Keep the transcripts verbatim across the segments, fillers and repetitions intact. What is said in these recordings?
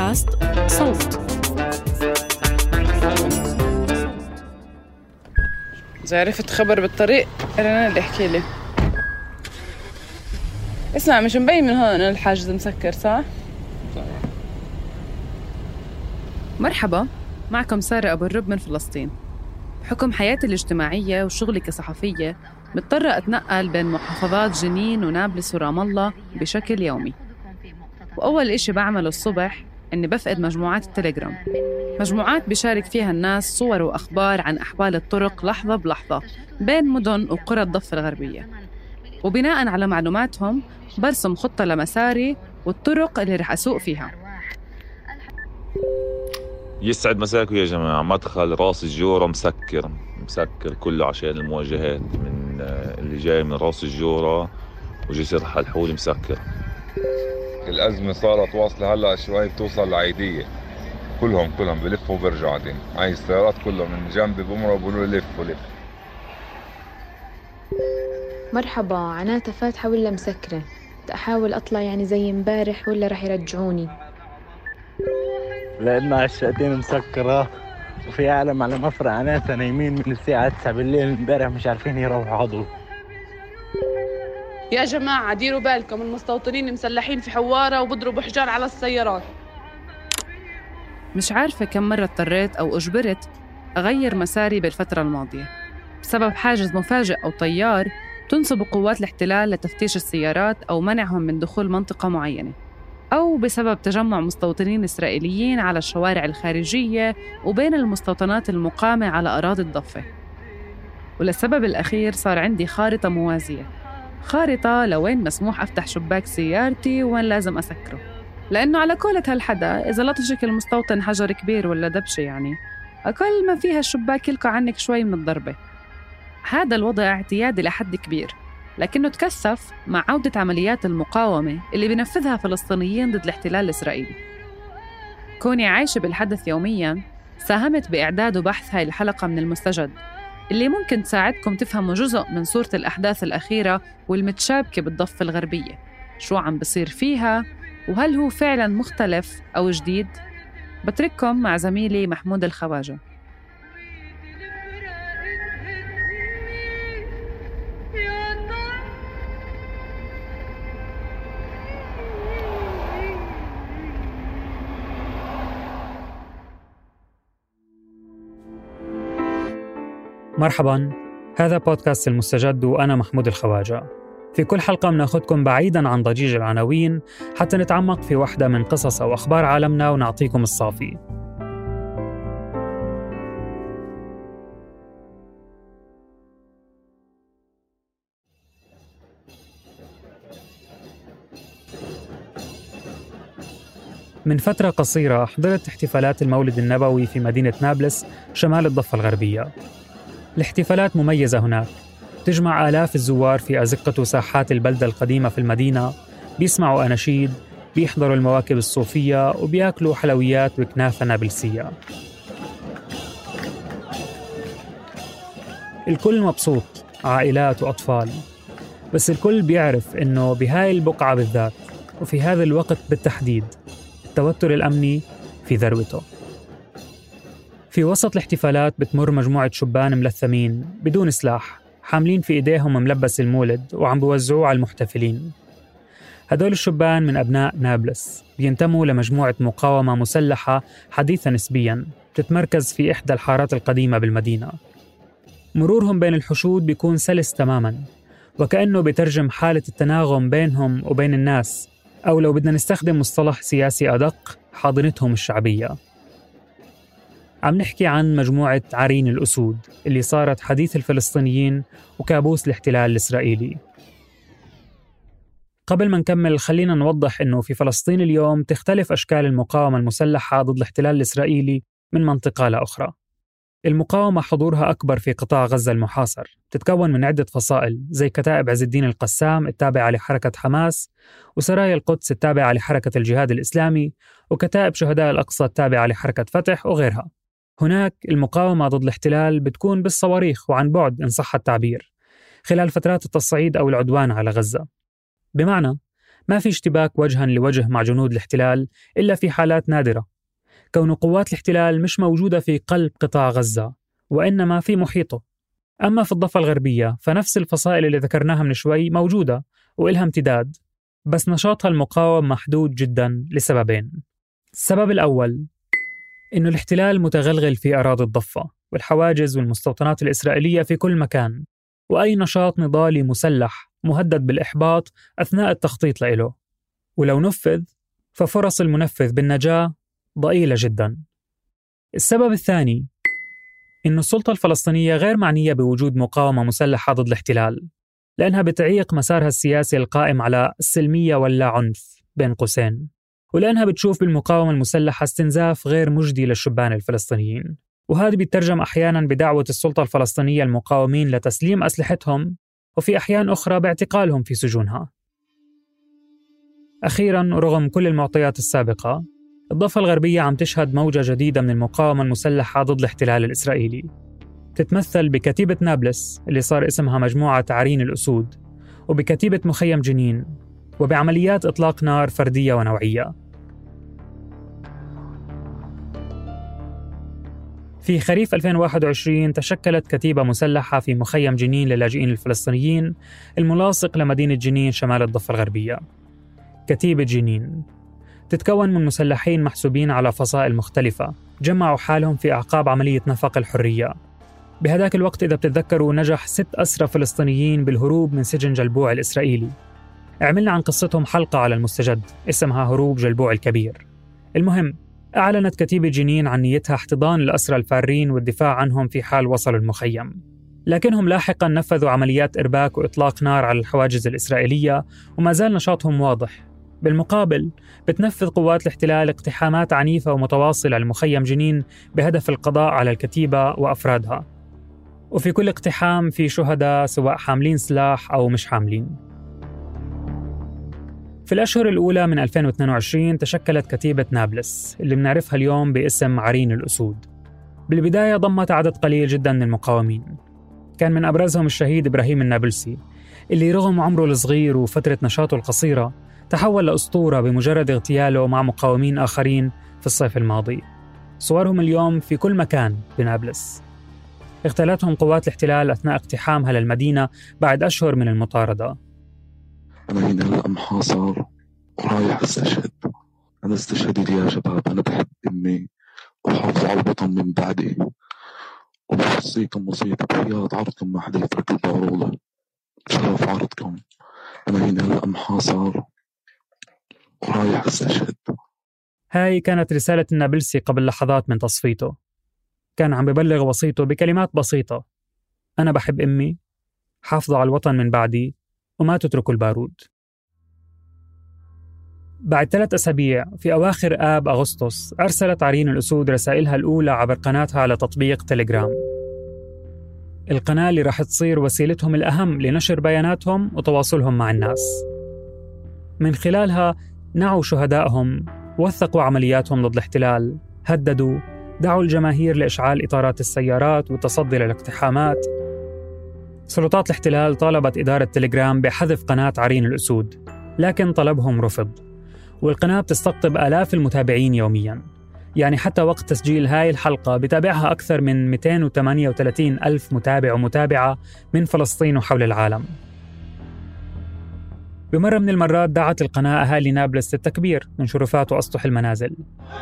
بودكاست صوت. إذا عرفت خبر بالطريق أنا اللي احكي لي. اسمع، مش مبين من هون إنه الحاجز مسكر، صح؟ مرحبا، معكم سارة أبو الرب من فلسطين. بحكم حياتي الاجتماعية وشغلي كصحفية مضطرة أتنقل بين محافظات جنين ونابلس ورام الله بشكل يومي. وأول إشي بعمله الصبح إني بفقد مجموعات التليجرام، مجموعات بيشارك فيها الناس صور وأخبار عن أحوال الطرق لحظة بلحظة بين مدن وقرى الضفة الغربية، وبناء على معلوماتهم برسم خطة لمساري والطرق اللي رح أسوق فيها. يسعد مساكم يا جماعة. مدخل راس الجورة مسكر مسكر كله عشان المواجهات من اللي جاي من راس الجورة وجسر حلحول مسكر. الأزمة صارت واصلة هلأ شوي بتوصل لعيدية، كلهم كلهم بلفوا وبرجعوا عادين. هاي السيارات كلهم من جنبي بمروا بقولوا لف ولف. مرحبا، عناتها فاتحة ولا مسكرة؟ أحاول أطلع يعني زي مبارح ولا رح يرجعوني؟ لأنه عشقتين مسكرة وفي عالم على مفرق عناتها نايمين من الساعة تسعة بالليل امبارح مش عارفين يروحوا عضو. يا جماعة ديروا بالكم، المستوطنين مسلحين في حوارة وبضربوا حجار على السيارات. مش عارفة كم مرة اضطريت أو أجبرت أغير مساري بالفترة الماضية بسبب حاجز مفاجئ أو طيار تنصب قوات الاحتلال لتفتيش السيارات أو منعهم من دخول منطقة معينة، أو بسبب تجمع مستوطنين إسرائيليين على الشوارع الخارجية وبين المستوطنات المقامة على أراضي الضفة. وللسبب الأخير صار عندي خارطة موازية، خارطة لوين مسموح أفتح شباك سيارتي وين لازم أسكره، لأنه على قولة هالحدا إذا لطشك المستوطن حجر كبير ولا دبشة يعني أقل ما فيها الشباك يلقى عنك شوي من الضربة. هذا الوضع اعتيادي لحد كبير، لكنه تكثف مع عودة عمليات المقاومة اللي بينفذها فلسطينيين ضد الاحتلال الإسرائيلي. كوني عايشة بالحدث يومياً ساهمت بإعداد وبحث هاي الحلقة من المستجد اللي ممكن تساعدكم تفهموا جزء من صورة الأحداث الأخيرة والمتشابكة بالضفة الغربية، شو عم بصير فيها وهل هو فعلاً مختلف أو جديد. بترككم مع زميلي محمود الخواجة. مرحباً، هذا بودكاست المستجد وأنا محمود الخواجة. في كل حلقة بناخدكم بعيداً عن ضجيج العناوين حتى نتعمق في واحدة من قصص أو أخبار عالمنا ونعطيكم الصافي. من فترة قصيرة حضرت احتفالات المولد النبوي في مدينة نابلس شمال الضفة الغربية. الاحتفالات مميزة هناك، تجمع آلاف الزوار في أزقة وساحات البلدة القديمة في المدينة، بيسمعوا أناشيد، بيحضروا المواكب الصوفية وبياكلوا حلويات وكنافة نابلسية. الكل مبسوط، عائلات وأطفال، بس الكل بيعرف إنه بهاي البقعة بالذات وفي هذا الوقت بالتحديد التوتر الأمني في ذروته. في وسط الاحتفالات بتمر مجموعة شبان ملثمين بدون سلاح، حاملين في إيديهم ملبس المولد وعم بوزعوه على المحتفلين. هدول الشبان من أبناء نابلس، بينتموا لمجموعة مقاومة مسلحة حديثة نسبياً تتمركز في إحدى الحارات القديمة بالمدينة. مرورهم بين الحشود بيكون سلس تماماً، وكأنه بيترجم حالة التناغم بينهم وبين الناس، أو لو بدنا نستخدم مصطلح سياسي أدق، حاضنتهم الشعبية. عم نحكي عن مجموعة عرين الأسود اللي صارت حديث الفلسطينيين وكابوس الاحتلال الإسرائيلي. قبل ما نكمل خلينا نوضح إنه في فلسطين اليوم تختلف أشكال المقاومة المسلحة ضد الاحتلال الإسرائيلي من منطقة لأخرى. المقاومة حضورها أكبر في قطاع غزة المحاصر، تتكون من عدة فصائل زي كتائب عز الدين القسام التابعة لحركة حماس، وسرايا القدس التابعة لحركة الجهاد الإسلامي، وكتائب شهداء الأقصى التابعة لحركة فتح وغيرها. هناك المقاومة ضد الاحتلال بتكون بالصواريخ وعن بعد إن صح التعبير، خلال فترات التصعيد أو العدوان على غزة. بمعنى ما في اشتباك وجها لوجه مع جنود الاحتلال إلا في حالات نادرة، كون قوات الاحتلال مش موجودة في قلب قطاع غزة وإنما في محيطه. أما في الضفة الغربية فنفس الفصائل اللي ذكرناها من شوي موجودة وإلها امتداد، بس نشاطها المقاوم محدود جدا لسببين. السبب الأول إنه الاحتلال متغلغل في أراضي الضفة والحواجز والمستوطنات الإسرائيلية في كل مكان، وأي نشاط نضالي مسلح مهدد بالإحباط أثناء التخطيط له، ولو نفذ ففرص المنفذ بالنجاة ضئيلة جدا. السبب الثاني إنه السلطة الفلسطينية غير معنية بوجود مقاومة مسلحة ضد الاحتلال، لأنها بتعيق مسارها السياسي القائم على السلمية واللا عنف بين قوسين، ولأنها بتشوف بالمقاومة المسلحة استنزاف غير مجدي للشبان الفلسطينيين، وهذا بيترجم أحياناً بدعوة السلطة الفلسطينية المقاومين لتسليم أسلحتهم، وفي أحيان أخرى باعتقالهم في سجونها. أخيراً، رغم كل المعطيات السابقة، الضفة الغربية عم تشهد موجة جديدة من المقاومة المسلحة ضد الاحتلال الإسرائيلي، تتمثل بكتيبة نابلس اللي صار اسمها مجموعة عرين الأسود، وبكتيبة مخيم جنين، وبعمليات إطلاق نار فردية ونوعية. في خريف ألفين وواحد وعشرين تشكلت كتيبة مسلحة في مخيم جنين للاجئين الفلسطينيين الملاصق لمدينة جنين شمال الضفة الغربية. كتيبة جنين تتكون من مسلحين محسوبين على فصائل مختلفة جمعوا حالهم في أعقاب عملية نفق الحرية. بهذاك الوقت إذا بتتذكروا نجح ست أسرى فلسطينيين بالهروب من سجن جلبوع الإسرائيلي. عملنا عن قصتهم حلقة على المستجد اسمها هروب جلبوع الكبير. المهم، أعلنت كتيبة جنين عن نيتها احتضان الأسرى الفارين والدفاع عنهم في حال وصلوا المخيم، لكنهم لاحقاً نفذوا عمليات إرباك وإطلاق نار على الحواجز الإسرائيلية وما زال نشاطهم واضح. بالمقابل بتنفذ قوات الاحتلال اقتحامات عنيفة ومتواصلة لمخيم جنين بهدف القضاء على الكتيبة وأفرادها، وفي كل اقتحام في شهداء سواء حاملين سلاح أو مش حاملين. في الأشهر الأولى من ألفين واثنين وعشرين تشكلت كتيبة نابلس اللي بنعرفها اليوم باسم عرين الأسود. بالبداية ضمت عدد قليل جدا من المقاومين، كان من أبرزهم الشهيد إبراهيم النابلسي اللي رغم عمره الصغير وفترة نشاطه القصيرة تحول لأسطورة بمجرد اغتياله مع مقاومين آخرين في الصيف الماضي. صورهم اليوم في كل مكان بنابلس. اغتالتهم قوات الاحتلال أثناء اقتحامها للمدينة بعد أشهر من المطاردة. أنا هنا هلأ محاصر ورايح استشهد. أنا استشهدي يا شباب، أنا بحب أمي وحافظ على الوطن من بعدي، وبوصيكم وصية بحياة عرضكم ما حدا يترك البارولة شرف عرضكم. أنا هنا هلأ محاصر ورايح استشهد. هاي كانت رسالة النابلسي قبل لحظات من تصفيته. كان عم ببلغ وصيته بكلمات بسيطة: أنا بحب أمي، حافظوا على الوطن من بعدي، وما تتركوا البارود. بعد ثلاث أسابيع في أواخر آب أغسطس أرسلت عرين الأسود رسائلها الأولى عبر قناتها على تطبيق تيليجرام، القناة اللي راح تصير وسيلتهم الأهم لنشر بياناتهم وتواصلهم مع الناس. من خلالها نعوا شهدائهم، وثقوا عملياتهم ضد الاحتلال، هددوا، دعوا الجماهير لإشعال إطارات السيارات والتصدي للاقتحامات. سلطات الاحتلال طالبت إدارة تيليجرام بحذف قناة عرين الأسود، لكن طلبهم رفض، والقناة بتستقطب آلاف المتابعين يومياً. يعني حتى وقت تسجيل هاي الحلقة بتابعها أكثر من مئتين وثمانية وثلاثين ألف متابع ومتابعة من فلسطين وحول العالم. بمرة من المرات دعت القناة أهالي نابلس للتكبير من شرفات وأسطح المنازل.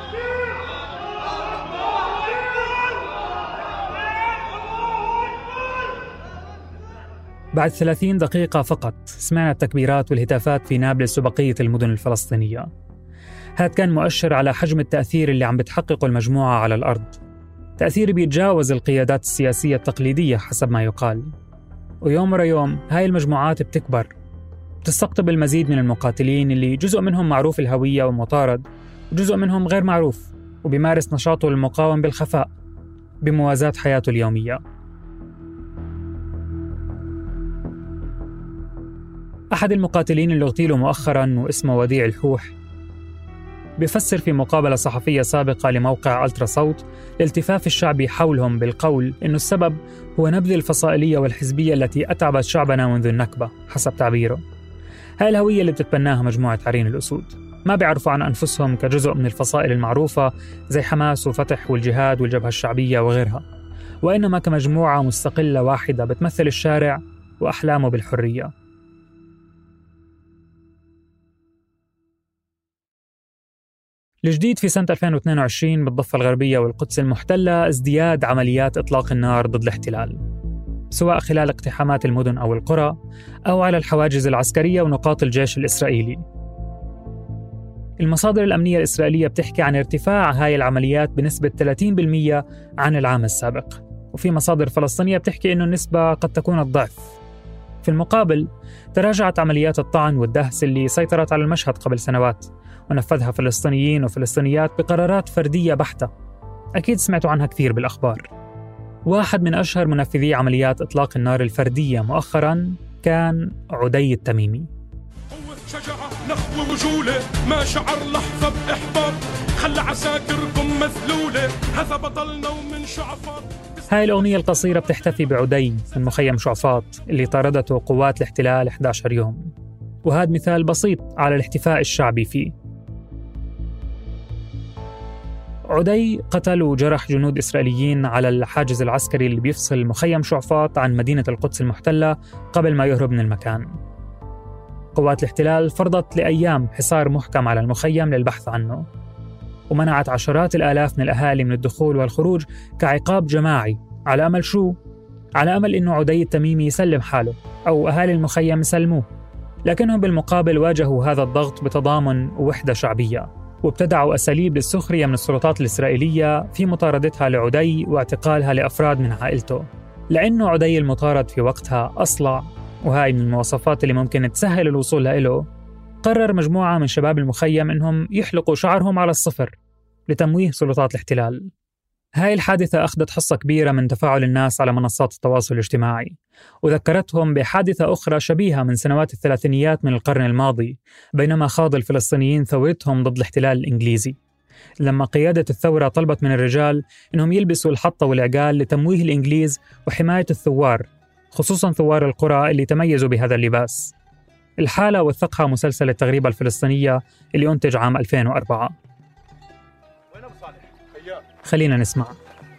بعد ثلاثين دقيقة فقط سمعنا التكبيرات والهتافات في نابلس وبقية المدن الفلسطينية. هذا كان مؤشر على حجم التأثير اللي عم بتحققه المجموعة على الأرض، تأثير بيتجاوز القيادات السياسية التقليدية حسب ما يقال. ويوم ورا يوم هاي المجموعات بتكبر، بتستقطب المزيد من المقاتلين اللي جزء منهم معروف الهوية ومطارد، وجزء منهم غير معروف وبيمارس نشاطه المقاوم بالخفاء بموازاة حياته اليومية. أحد المقاتلين اللي اغتيلوا مؤخراً واسمه وديع الحوح بيفسر في مقابلة صحفية سابقة لموقع ألترا صوت الالتفاف الشعبي حولهم بالقول إنه السبب هو نبذ الفصائلية والحزبية التي أتعبت شعبنا منذ النكبة حسب تعبيره. هاي الهوية اللي بتتبناها مجموعة عرين الأسود. ما بيعرفوا عن أنفسهم كجزء من الفصائل المعروفة زي حماس وفتح والجهاد والجبهة الشعبية وغيرها، وإنما كمجموعة مستقلة واحدة بتمثل الشارع وأحلامه بالحرية. الجديد في سنة ألفين واثنين وعشرين بالضفة الغربية والقدس المحتلة ازدياد عمليات إطلاق النار ضد الاحتلال، سواء خلال اقتحامات المدن أو القرى أو على الحواجز العسكرية ونقاط الجيش الإسرائيلي. المصادر الأمنية الإسرائيلية بتحكي عن ارتفاع هاي العمليات بنسبة ثلاثين بالمئة عن العام السابق، وفي مصادر فلسطينية بتحكي إنه النسبة قد تكون الضعف. في المقابل تراجعت عمليات الطعن والدهس اللي سيطرت على المشهد قبل سنوات، ونفذها فلسطينيين وفلسطينيات بقرارات فردية بحتة، أكيد سمعتوا عنها كثير بالأخبار. واحد من أشهر منفذي عمليات إطلاق النار الفردية مؤخراً كان عدي التميمي. شجاعة نخوة ورجولة ما شعر لحظة بإحباط خلى عساكركم مذلولة هذا بطلنا ومن شعفاط. هاي الأغنية القصيرة بتحتفي بعدي من مخيم شعفاط اللي طاردته قوات الاحتلال إحدى عشر يوم، وهذا مثال بسيط على الاحتفاء الشعبي فيه. عدي قتل وجرح جنود إسرائيليين على الحاجز العسكري اللي بيفصل مخيم شعفاط عن مدينة القدس المحتلة قبل ما يهرب من المكان. قوات الاحتلال فرضت لأيام حصار محكم على المخيم للبحث عنه، ومنعت عشرات الآلاف من الأهالي من الدخول والخروج كعقاب جماعي، على أمل شو؟ على أمل إنه عدي التميمي يسلم حاله أو أهالي المخيم يسلموه. لكنهم بالمقابل واجهوا هذا الضغط بتضامن ووحدة شعبية، وابتدعوا أساليب للسخرية من السلطات الإسرائيلية في مطاردتها لعدي واعتقالها لأفراد من عائلته. لأنه عدي المطارد في وقتها أصلع، وهاي من المواصفات اللي ممكن تسهل الوصول له، قرر مجموعة من شباب المخيم إنهم يحلقوا شعرهم على الصفر لتمويه سلطات الاحتلال. هاي الحادثة أخذت حصة كبيرة من تفاعل الناس على منصات التواصل الاجتماعي، وذكرتهم بحادثة أخرى شبيهة من سنوات الثلاثينيات من القرن الماضي، بينما خاض الفلسطينيين ثورتهم ضد الاحتلال الإنجليزي، لما قيادة الثورة طلبت من الرجال إنهم يلبسوا الحطة والعقال لتمويه الإنجليز وحماية الثوار، خصوصاً ثوار القرى اللي تميزوا بهذا اللباس. الحالة وثقها مسلسل التغريبة الفلسطينية اللي أنتج عام ألفين وأربعة. خلينا نسمع.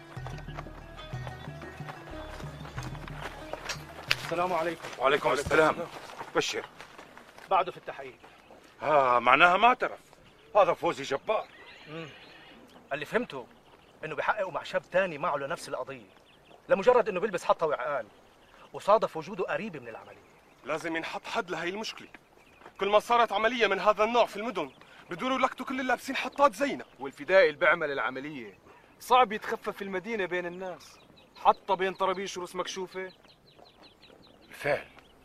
السلام عليكم. وعليكم السلام. بشر. بعده في التحقيق. ها معناها ما اعترف. هذا فوزي جبار. امم اللي فهمته انه بيحققوا مع شاب تاني معه لنفس القضية، لمجرد انه بيلبس حطة وعقال، وصادف وجوده قريب من العملية. لازم ينحط حد لهي المشكلة. كل ما صارت عملية من هذا النوع في المدن بدوروا يلقطوا كل اللي لابسين حطات زينا. والفدائي اللي بيعمل العملية صعب يتخفى في المدينة بين الناس، حتى بين طرابيش ورؤوس مكشوفة. بالفعل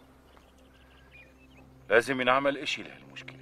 لازم ينعمل اشي لهالمشكلة.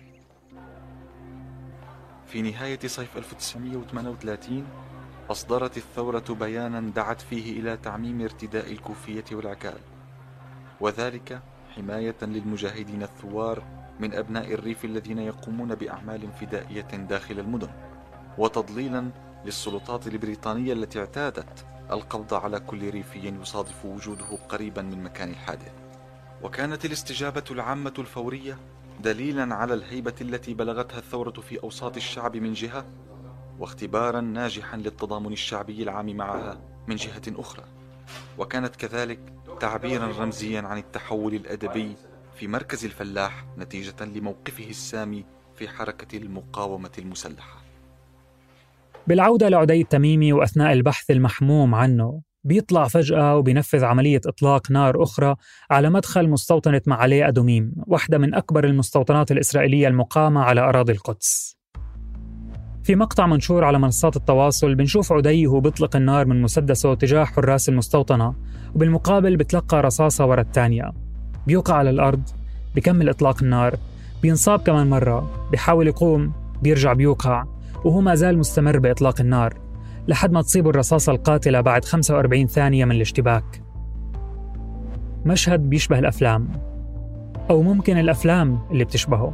في نهاية صيف ألف وتسعمئة وثمانية وثلاثين أصدرت الثورة بيانا دعت فيه إلى تعميم ارتداء الكوفية والعكال، وذلك حماية للمجاهدين الثوار من أبناء الريف الذين يقومون بأعمال فدائية داخل المدن، وتضليلا للسلطات البريطانية التي اعتادت القبض على كل ريفي يصادف وجوده قريبا من مكان الحادث. وكانت الاستجابة العامة الفورية دليلا على الهيبة التي بلغتها الثورة في أوساط الشعب من جهة، واختبارا ناجحا للتضامن الشعبي العام معها من جهة أخرى، وكانت كذلك تعبيرا رمزيا عن التحول الأدبي في مركز الفلاح نتيجة لموقفه السامي في حركة المقاومة المسلحة. بالعودة لعدي التميمي وأثناء البحث المحموم عنه، بيطلع فجأة وبينفذ عملية إطلاق نار أخرى على مدخل مستوطنة معالي أدوميم، واحدة من أكبر المستوطنات الإسرائيلية المقامة على أراضي القدس. في مقطع منشور على منصات التواصل بنشوف عدي وهو بيطلق النار من مسدسه تجاه حراس المستوطنة، وبالمقابل بتلقى رصاصة ورا الثانية، بيوقع على الأرض، بيكمل إطلاق النار، بينصاب كمان مرة، بيحاول يقوم، بيرجع بيوقع، وهو ما زال مستمر بإطلاق النار لحد ما تصيب الرصاصة القاتلة بعد خمسة وأربعين ثانية من الاشتباك. مشهد بيشبه الأفلام، أو ممكن الأفلام اللي بتشبهه.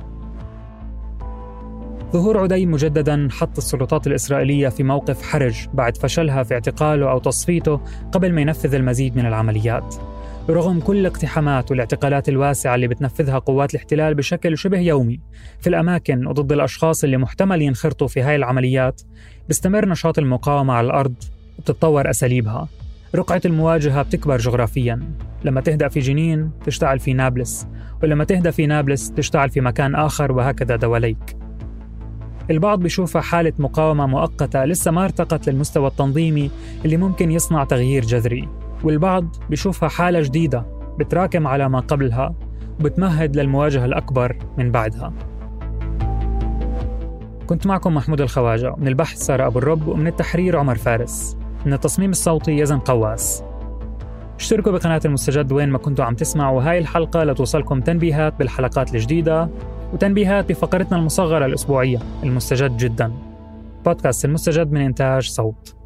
ظهور عدي مجدداً حط السلطات الإسرائيلية في موقف حرج بعد فشلها في اعتقاله أو تصفيته قبل ما ينفذ المزيد من العمليات، رغم كل الاقتحامات والاعتقالات الواسعة اللي بتنفذها قوات الاحتلال بشكل شبه يومي في الأماكن وضد الأشخاص اللي محتمل ينخرطوا في هاي العمليات، بيستمر نشاط المقاومة على الأرض وبتتطور أساليبها. رقعة المواجهة بتكبر جغرافياً، لما تهدأ في جنين تشتعل في نابلس، ولما تهدأ في نابلس تشتعل في مكان آخر، وهكذا دواليك. البعض بيشوفها حالة مقاومة مؤقتة لسه ما ارتقت للمستوى التنظيمي اللي ممكن يصنع تغيير جذري، والبعض بيشوفها حالة جديدة بتراكم على ما قبلها وبتمهد للمواجهة الأكبر من بعدها. كنت معكم محمود الخواجة، من البحث سارة أبو الرب، ومن التحرير عمر فارس، من التصميم الصوتي يزن قواس. اشتركوا بقناة المستجد وين ما كنتوا عم تسمعوا هاي الحلقة لتوصلكم تنبيهات بالحلقات الجديدة وتنبيهات بفقرتنا المصغرة الأسبوعية المستجد جدا. بودكاست المستجد من إنتاج صوت.